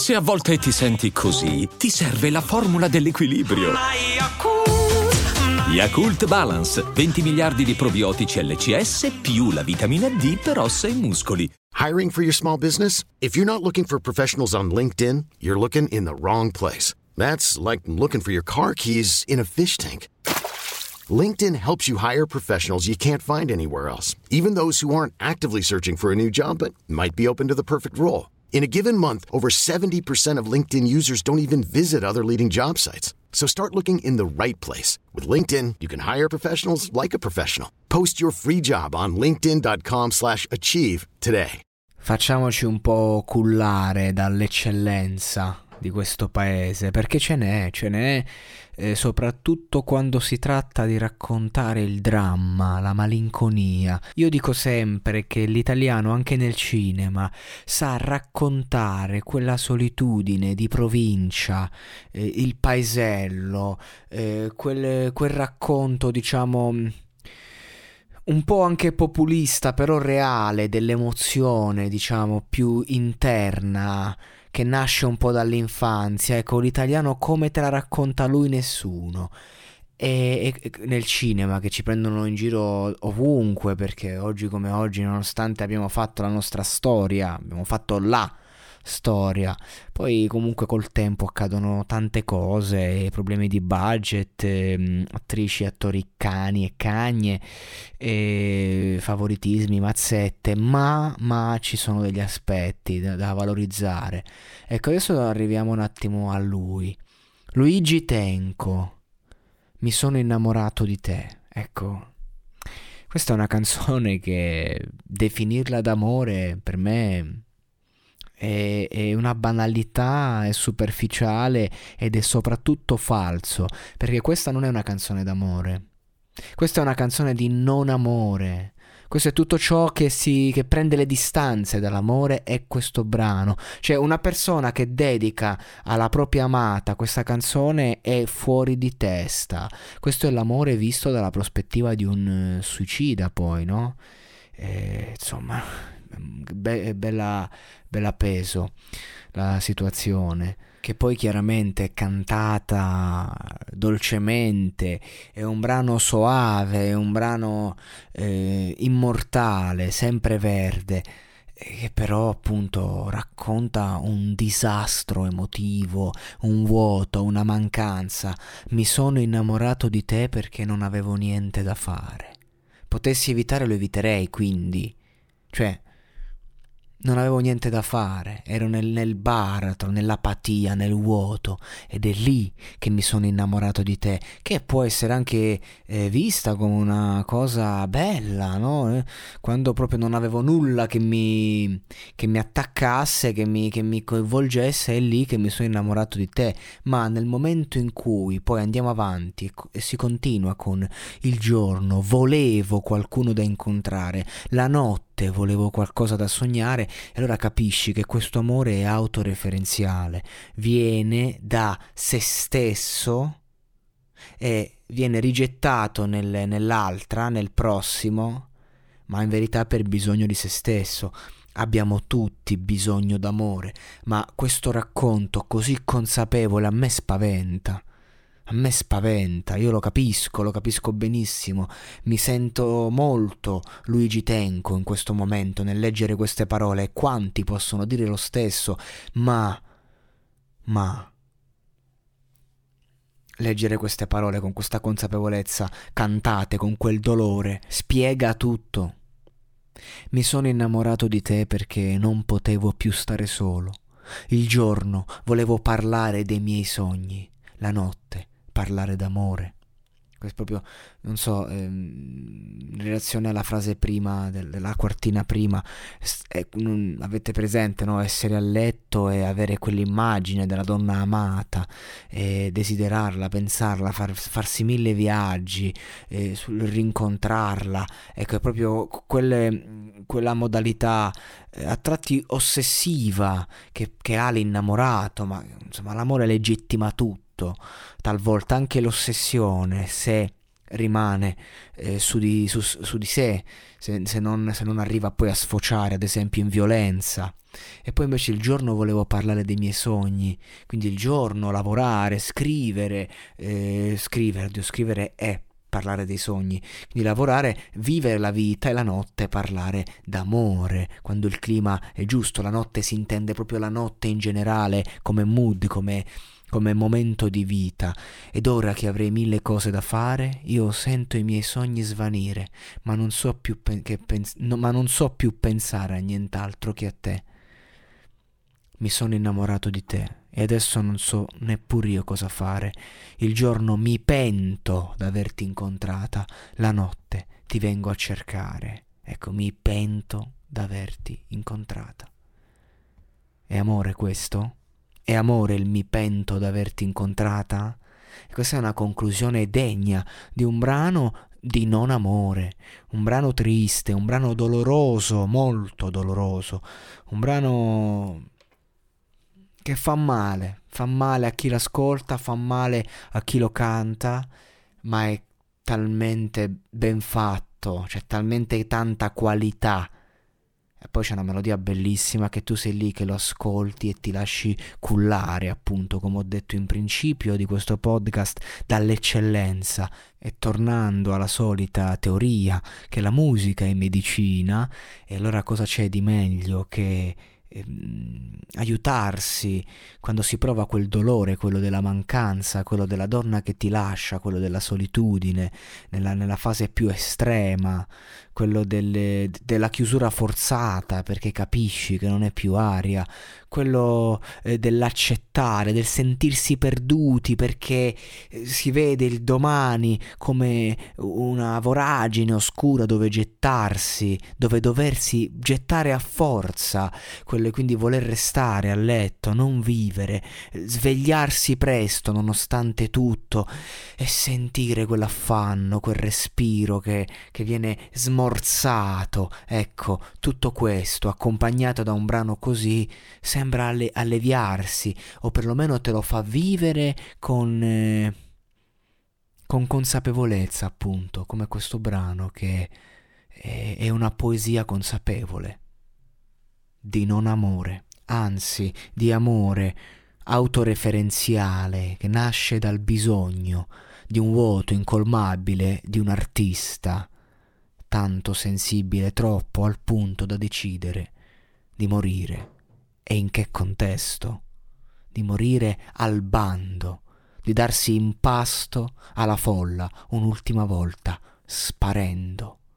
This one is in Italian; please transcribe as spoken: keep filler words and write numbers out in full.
Se a volte ti senti così, ti serve la formula dell'equilibrio. Yakult Balance, venti miliardi di probiotici L C S più la vitamina D per ossa e muscoli. Hiring for your small business? If you're not looking for professionals on LinkedIn, you're looking in the wrong place. That's like looking for your car keys in a fish tank. LinkedIn helps you hire professionals you can't find anywhere else, even those who aren't actively searching for a new job but might be open to the perfect role. In a given month, over seventy percent of LinkedIn users don't even visit other leading job sites. So start looking in the right place. With LinkedIn, you can hire professionals like a professional. Post your free job on linkedin.com slash achieve today. Facciamoci un po' cullare dall'eccellenza di questo paese, perché ce n'è, ce n'è eh, soprattutto quando si tratta di raccontare il dramma, la malinconia. Io dico sempre che l'italiano, anche nel cinema, sa raccontare quella solitudine di provincia, eh, il paesello, eh, quel, quel racconto, diciamo, un po' anche populista, però reale, dell'emozione, diciamo, più interna, che nasce un po' dall'infanzia. Ecco, l'italiano come te la racconta lui, nessuno. E, e nel cinema, che ci prendono in giro ovunque, perché oggi come oggi, nonostante abbiamo fatto la nostra storia, abbiamo fatto la storia, poi comunque col tempo accadono tante cose, problemi di budget, ehm, attrici, attori cani e cagne, e favoritismi, mazzette, ma, ma ci sono degli aspetti da, da valorizzare. Ecco, adesso arriviamo un attimo a lui. Luigi Tenco, Mi sono innamorato di te. Ecco, questa è una canzone che definirla d'amore per me è, è una banalità, è superficiale ed è soprattutto falso, perché questa non è una canzone d'amore, questa è una canzone di non amore. Questo è tutto ciò che si che prende le distanze dall'amore, è questo brano. Cioè, una persona che dedica alla propria amata questa canzone è fuori di testa. Questo è l'amore visto dalla prospettiva di un suicida, poi, no? E, insomma, be- bella, bella peso la situazione, che poi chiaramente è cantata dolcemente, è un brano soave, è un brano eh, immortale, sempreverde, che però appunto racconta un disastro emotivo, un vuoto, una mancanza. Mi sono innamorato di te perché non avevo niente da fare. Potessi evitare, lo eviterei, quindi, cioè, non avevo niente da fare, ero nel, nel baratro, nell'apatia, nel vuoto, ed è lì che mi sono innamorato di te, che può essere anche eh, vista come una cosa bella, no? Eh, quando proprio non avevo nulla che mi, che mi attaccasse, che mi, che mi coinvolgesse, è lì che mi sono innamorato di te. Ma nel momento in cui poi andiamo avanti e, e si continua con il giorno, volevo qualcuno da incontrare, la notte volevo qualcosa da sognare, e allora capisci che questo amore è autoreferenziale, viene da se stesso e viene rigettato nel, nell'altra, nel prossimo, ma in verità per bisogno di se stesso. Abbiamo tutti bisogno d'amore, ma questo racconto così consapevole a me spaventa. A me spaventa, io lo capisco, lo capisco benissimo, mi sento molto Luigi Tenco in questo momento nel leggere queste parole, e quanti possono dire lo stesso, ma, ma, leggere queste parole con questa consapevolezza, cantate con quel dolore, spiega tutto. Mi sono innamorato di te perché non potevo più stare solo. Il giorno volevo parlare dei miei sogni, la notte parlare d'amore. Questo proprio, non so, ehm, in relazione alla frase prima, della quartina prima, è, non, avete presente, no? Essere a letto e avere quell'immagine della donna amata, e desiderarla, pensarla, far, farsi mille viaggi, eh, sul rincontrarla. Ecco, è proprio quelle, quella modalità eh, a tratti ossessiva che, che ha l'innamorato, ma insomma l'amore legittima tutto. Talvolta anche l'ossessione, se rimane eh, su, di, su, su di sé, se, se, non, se non arriva poi a sfociare ad esempio in violenza. E poi invece il giorno volevo parlare dei miei sogni, quindi il giorno lavorare, scrivere, eh, scrivere, oddio, scrivere è parlare dei sogni, quindi lavorare, vivere la vita, e la notte parlare d'amore, quando il clima è giusto. La notte si intende proprio la notte in generale come mood, come, come momento di vita. Ed ora che avrei mille cose da fare, io sento i miei sogni svanire, ma non so più, pen- che pens- no, ma non so più pensare a nient'altro che a te. Mi sono innamorato di te e adesso non so neppure io cosa fare. Il giorno mi pento d'averti incontrata, la notte ti vengo a cercare. Ecco, mi pento d'averti incontrata. È amore questo? È amore il mi pento d'averti incontrata? E questa è una conclusione degna di un brano di non amore, un brano triste, un brano doloroso, molto doloroso, un brano che fa male, fa male a chi l'ascolta, fa male a chi lo canta, ma è talmente ben fatto, c'è talmente tanta qualità. E poi c'è una melodia bellissima che tu sei lì che lo ascolti e ti lasci cullare, appunto, come ho detto in principio di questo podcast, dall'eccellenza. E tornando alla solita teoria che la musica è medicina, e allora cosa c'è di meglio che ehm, aiutarsi quando si prova quel dolore, quello della mancanza, quello della donna che ti lascia, quello della solitudine, nella, nella fase più estrema, quello delle, della chiusura forzata perché capisci che non è più aria, quello eh, dell'accettare, del sentirsi perduti perché eh, si vede il domani come una voragine oscura dove gettarsi, dove doversi gettare a forza, quello quindi voler restare a letto, non vivere, svegliarsi presto nonostante tutto e sentire quell'affanno, quel respiro che, che viene smorzato. Ecco, tutto questo accompagnato da un brano così sembra alle- alleviarsi, o perlomeno te lo fa vivere con, eh, con consapevolezza, appunto, come questo brano che è, è una poesia consapevole di non amore, anzi di amore autoreferenziale che nasce dal bisogno di un vuoto incolmabile di un artista tanto sensibile, troppo al punto da decidere di morire. E in che contesto? Di morire al bando, di darsi in pasto alla folla un'ultima volta, sparendo.